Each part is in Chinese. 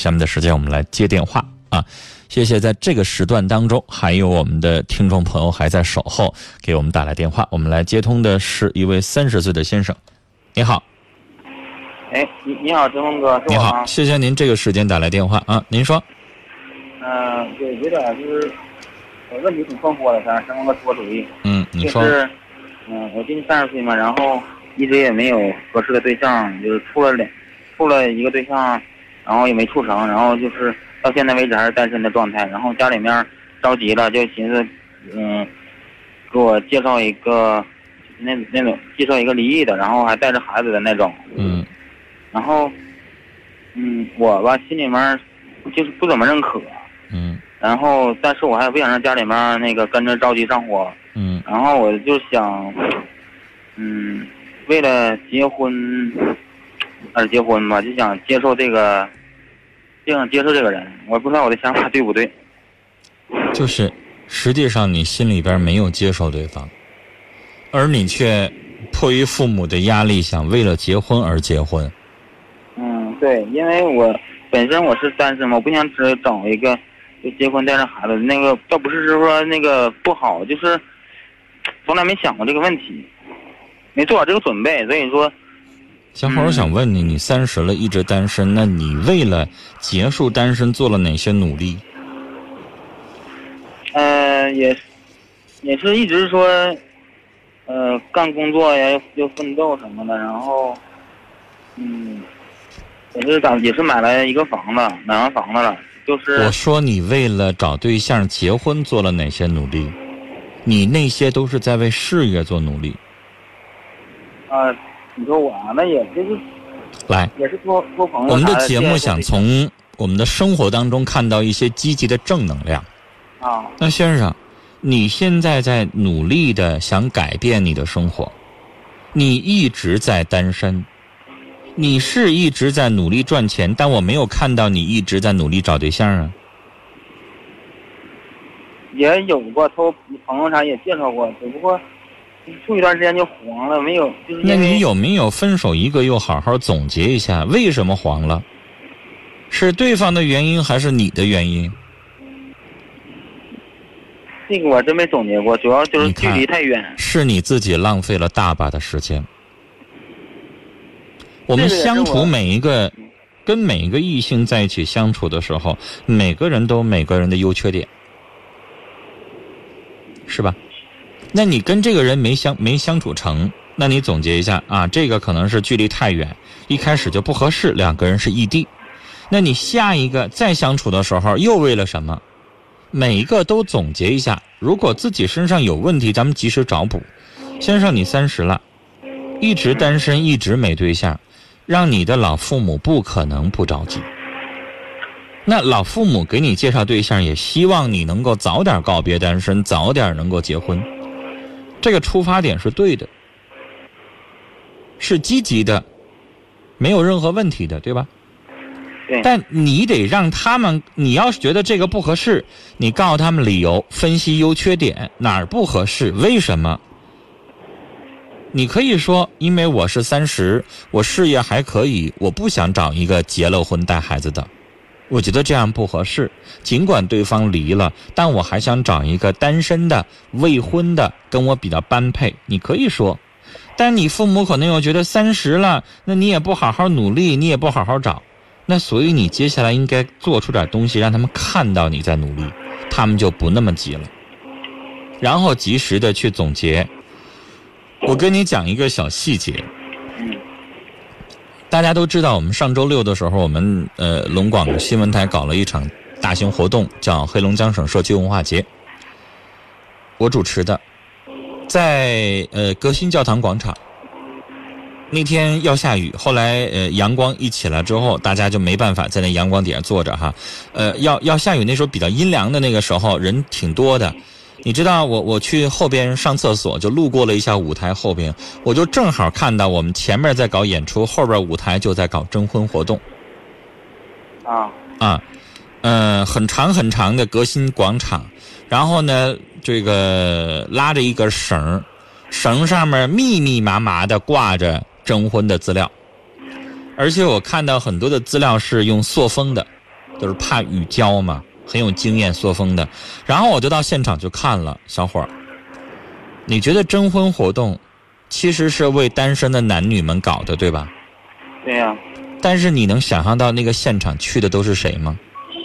下面的时间我们来接电话啊！谢谢，在这个时段当中，还有我们的听众朋友还在守候给我们打来电话。我们来接通的是一位30岁的先生，你好。 哎，你好，志峰哥，是我吗？ 你好，谢谢您这个时间打来电话啊，您说。 对，有点就是我问题挺困惑的，想问个出个主意。 你说。 就是我今年30岁嘛，然后一直也没有合适的对象，就是处了一个对象，然后也没处成，然后就是到现在为止还是单身的状态。然后家里面着急了，就寻思给我介绍一个那种介绍一个离异的，然后还带着孩子的那种。然后我吧心里面就是不怎么认可。然后但是我还不想让家里面那个跟着着急上火。然后我就想为了结婚吧，就想接受这个人。我不知道我的想法对不对。 就是实际上你心里边没有接受对方，而你却迫于父母的压力想为了结婚而结婚。 对，因为我本身我是单身嘛，我不想只找一个就结婚带着孩子，那个倒不是说那个不好，就是从来没想过这个问题，没做好这个准备，所以说。 小伙，我想问你，你30了一直单身，那你为了结束单身做了哪些努力？ 也是一直说干工作呀，又奋斗什么的，然后也是买了一个房子，买完房子了，就是我说你为了找对象结婚做了哪些努力？你那些都是在为事业做努力。 你说我那也就是来， 也是托朋友。 我们的节目想从我们的生活当中看到一些积极的正能量。那先生，你现在在努力的想改变你的生活，你一直在单身，你是一直在努力赚钱，但我没有看到你一直在努力找对象啊。 也有过托朋友啥也介绍过，只不过处一段时间就黄了，没有就是。 那你有没有分手一个又好好总结一下为什么黄了？是对方的原因还是你的原因？ 这个我真没总结过，主要就是距离太远。 是你自己浪费了大把的时间。我们相处跟每一个异性在一起相处的时候，每个人都有每个人的优缺点，是吧？那你跟这个人没相处成，那你总结一下啊，这个可能是距离太远，一开始就不合适，两个人是异地。那你下一个再相处的时候又为了什么？每一个都总结一下，如果自己身上有问题，咱们及时找补。先生，你30了，一直单身，一直没对象，让你的老父母不可能不着急。那老父母给你介绍对象，也希望你能够早点告别单身，早点能够结婚。这个出发点是对的，是积极的，没有任何问题的，对吧？ 对。 但你得让他们，你要是觉得这个不合适，你告诉他们理由，分析优缺点，哪儿不合适，为什么？你可以说，因为我是30，我事业还可以，我不想找一个结了婚带孩子的，我觉得这样不合适。尽管对方离了，但我还想找一个单身的、未婚的，跟我比较般配。你可以说，但你父母可能又觉得30了，那你也不好好努力，你也不好好找，那所以你接下来应该做出点东西，让他们看到你在努力，他们就不那么急了。然后及时的去总结。我跟你讲一个小细节。大家都知道，我们上周6的时候，我们龙广新闻台搞了一场大型活动，叫黑龙江省社区文化节，我主持的，在革新教堂广场。那天要下雨，后来阳光一起来之后，大家就没办法在那阳光底下坐着哈。要下雨，那时候比较阴凉的那个时候，人挺多的。你知道我去后边上厕所，就路过了一下舞台后边，我就正好看到我们前面在搞演出，后边舞台就在搞征婚活动。很长很长的革新广场，然后呢，这个拉着一根绳，绳上面密密麻麻的挂着征婚的资料，而且我看到很多的资料是用塑封的， 都是怕雨浇嘛，很有经验作风的。然后我就到现场去看了，小伙儿，你觉得征婚活动其实是为单身的男女们搞的，对吧？ 对呀。 但是你能想象到那个现场去的都是谁吗？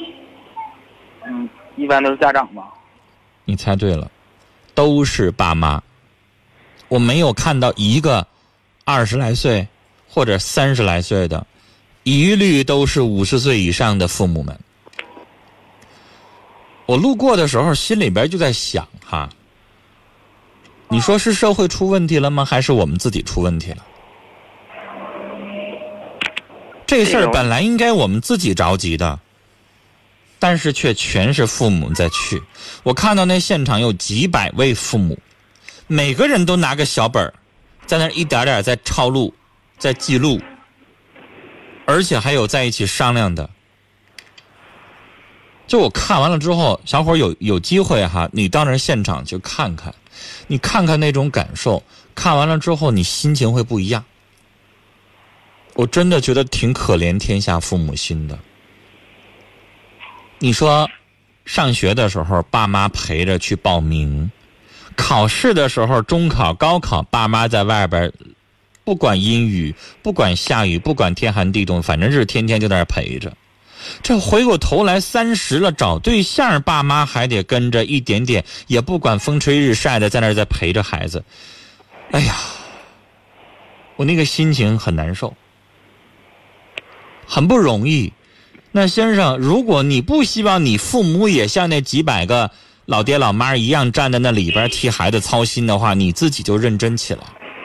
一般都是家长吧。 你猜对了，都是爸妈。我没有看到一个20来岁或者30来岁的，一律都是50岁以上的父母们。我路过的时候心里边就在想哈，你说是社会出问题了吗？还是我们自己出问题了？这事儿本来应该我们自己着急的，但是却全是父母在去。我看到那现场有几百位父母，每个人都拿个小本儿，在那一点点在抄录，在记录，而且还有在一起商量的。就我看完了之后，小伙有机会哈，你到那现场去看看，你看看那种感受，看完了之后你心情会不一样。我真的觉得挺可怜天下父母心的。你说上学的时候爸妈陪着去报名，考试的时候中考高考爸妈在外边，不管阴雨不管下雨不管天寒地冻，反正是天天就在那陪着。这回过头来30了找对象，爸妈还得跟着一点点，也不管风吹日晒的在那儿在陪着孩子。哎呀，我那个心情很难受，很不容易。那先生，如果你不希望你父母也像那几百个老爹老妈一样站在那里边替孩子操心的话，你自己就认真起来。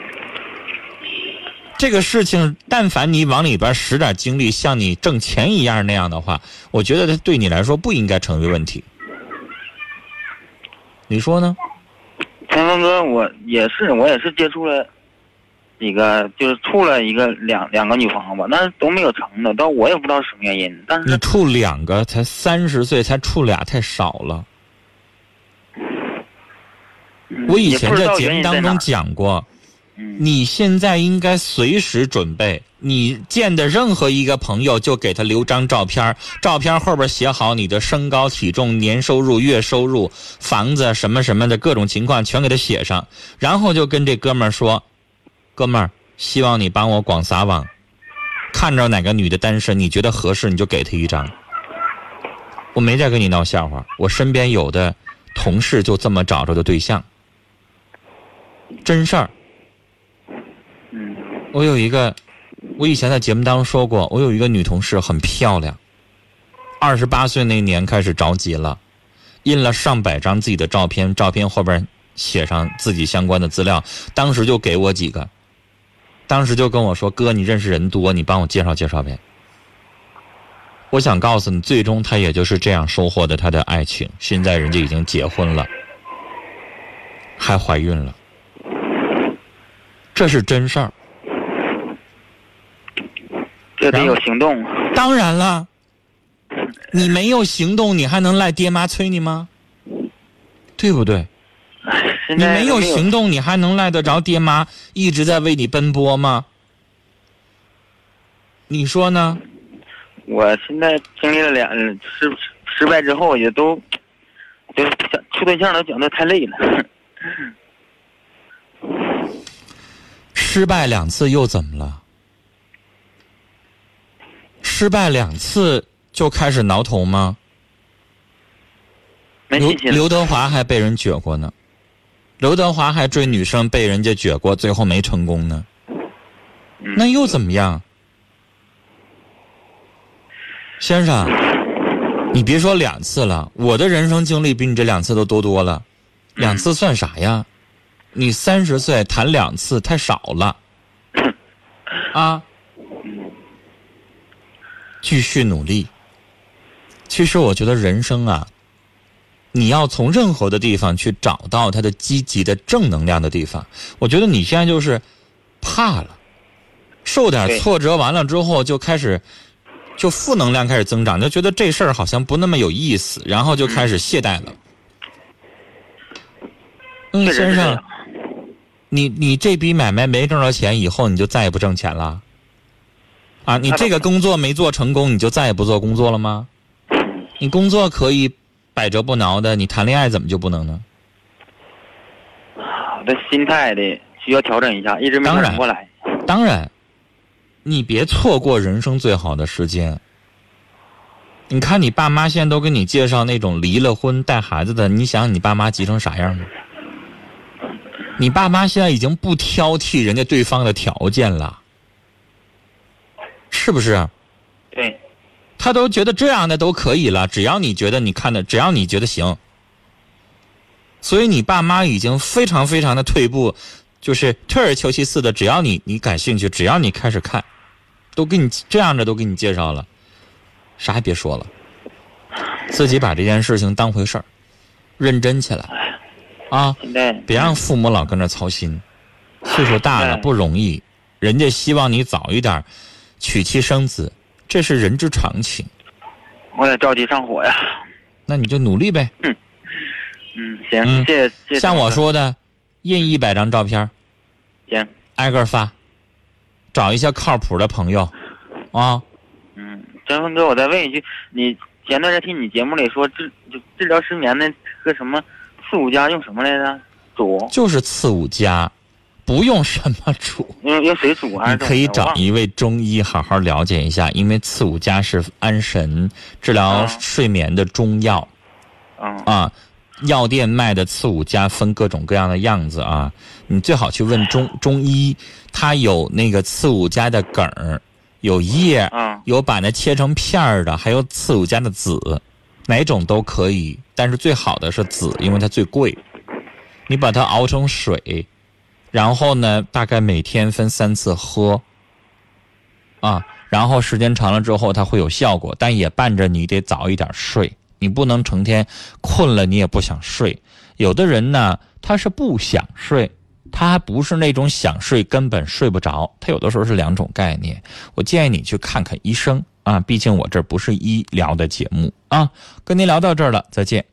这个事情但凡你往里边使点精力，像你挣钱一样那样的话，我觉得它对你来说不应该成为问题。你说呢？ 前锋哥，我也是接触了几个，就是处了两个女朋友吧，但是都没有成的，但我也不知道什么原因。但是你处2个，才30岁才处俩，太少了。我以前在节目当中讲过，你现在应该随时准备，你见的任何一个朋友就给他留张照片，照片后边写好你的身高体重年收入月收入房子什么什么的各种情况全给他写上，然后就跟这哥们儿说，哥们儿，希望你帮我广撒网，看着哪个女的单身你觉得合适你就给她一张。我没在跟你闹笑话，我身边有的同事就这么找着的对象，真事儿。我以前在节目当中说过，我有一个女同事很漂亮，28岁那年开始着急了，印了上百张自己的照片，照片后边写上自己相关的资料，当时就给我几个，当时就跟我说，哥你认识人多，你帮我介绍介绍呗。我想告诉你，最终她也就是这样收获的她的爱情，现在人家已经结婚了，还怀孕了，这是真事儿。 这得有行动。 当然了，你没有行动，你还能赖爹妈催你吗？对不对？你没有行动，你还能赖得着爹妈一直在为你奔波吗？你说呢？ 我现在经历了失败之后，也都处对象都讲得太累了。 失败2次又怎么了？失败2次就开始挠头吗？刘德华还被人撅过呢，刘德华还追女生被人家撅过，最后没成功呢。那又怎么样？先生，你别说2次了，我的人生经历比你这2次都多了。2次算啥呀？你30岁谈2次太少了啊！继续努力。其实我觉得人生啊，你要从任何的地方去找到它的积极的正能量的地方。我觉得你现在就是怕了，受点挫折完了之后就开始就负能量开始增长，就觉得这事儿好像不那么有意思，然后就开始懈怠了。先生，你这笔买卖没挣着钱，以后你就再也不挣钱了啊？你这个工作没做成功，你就再也不做工作了吗？ 你工作可以百折不挠的，你谈恋爱怎么就不能呢？ 我的心态的需要调整一下，一直没调整过来。 当然，你别错过人生最好的时间。你看你爸妈现在都给你介绍那种离了婚带孩子的，你想你爸妈急成啥样吗？你爸妈现在已经不挑剔人家对方的条件了，是不是？ 对， 他都觉得这样的都可以了，只要你觉得你看的，只要你觉得行。所以你爸妈已经非常非常的退步，就是退而求其次的，只要你感兴趣，只要你开始看，都给你这样的都给你介绍了，啥也别说了，自己把这件事情当回事儿，认真起来啊！别让父母老跟着操心，岁数大了不容易，人家希望你早一点娶妻生子，这是人之常情。 我也着急上火呀。 那你就努力呗。 行，谢谢。 像我说的，印100张照片， 行， 挨个发，找一些靠谱的朋友，啊。 张峰哥，我再问一句，你前段时间听你节目里说治疗失眠的喝什么刺五加用什么来着？煮？就是刺五加，不用什么煮。 用水煮还是？ 你可以找一位中医好好了解一下，因为刺五加是安神、治疗睡眠的中药。药店卖的刺五加分各种各样的样子啊，你最好去问中医，它有那个刺五加的梗儿，有叶，有把它切成片儿的，还有刺五加的籽，哪种都可以，但是最好的是籽，因为它最贵。你把它熬成水，然后呢，大概每天分3次喝，然后时间长了之后它会有效果，但也伴着你得早一点睡。你不能成天困了你也不想睡，有的人呢他是不想睡，他还不是那种想睡根本睡不着，他有的时候是2种概念。我建议你去看看医生啊，毕竟我这不是医疗的节目啊。跟您聊到这儿了，再见。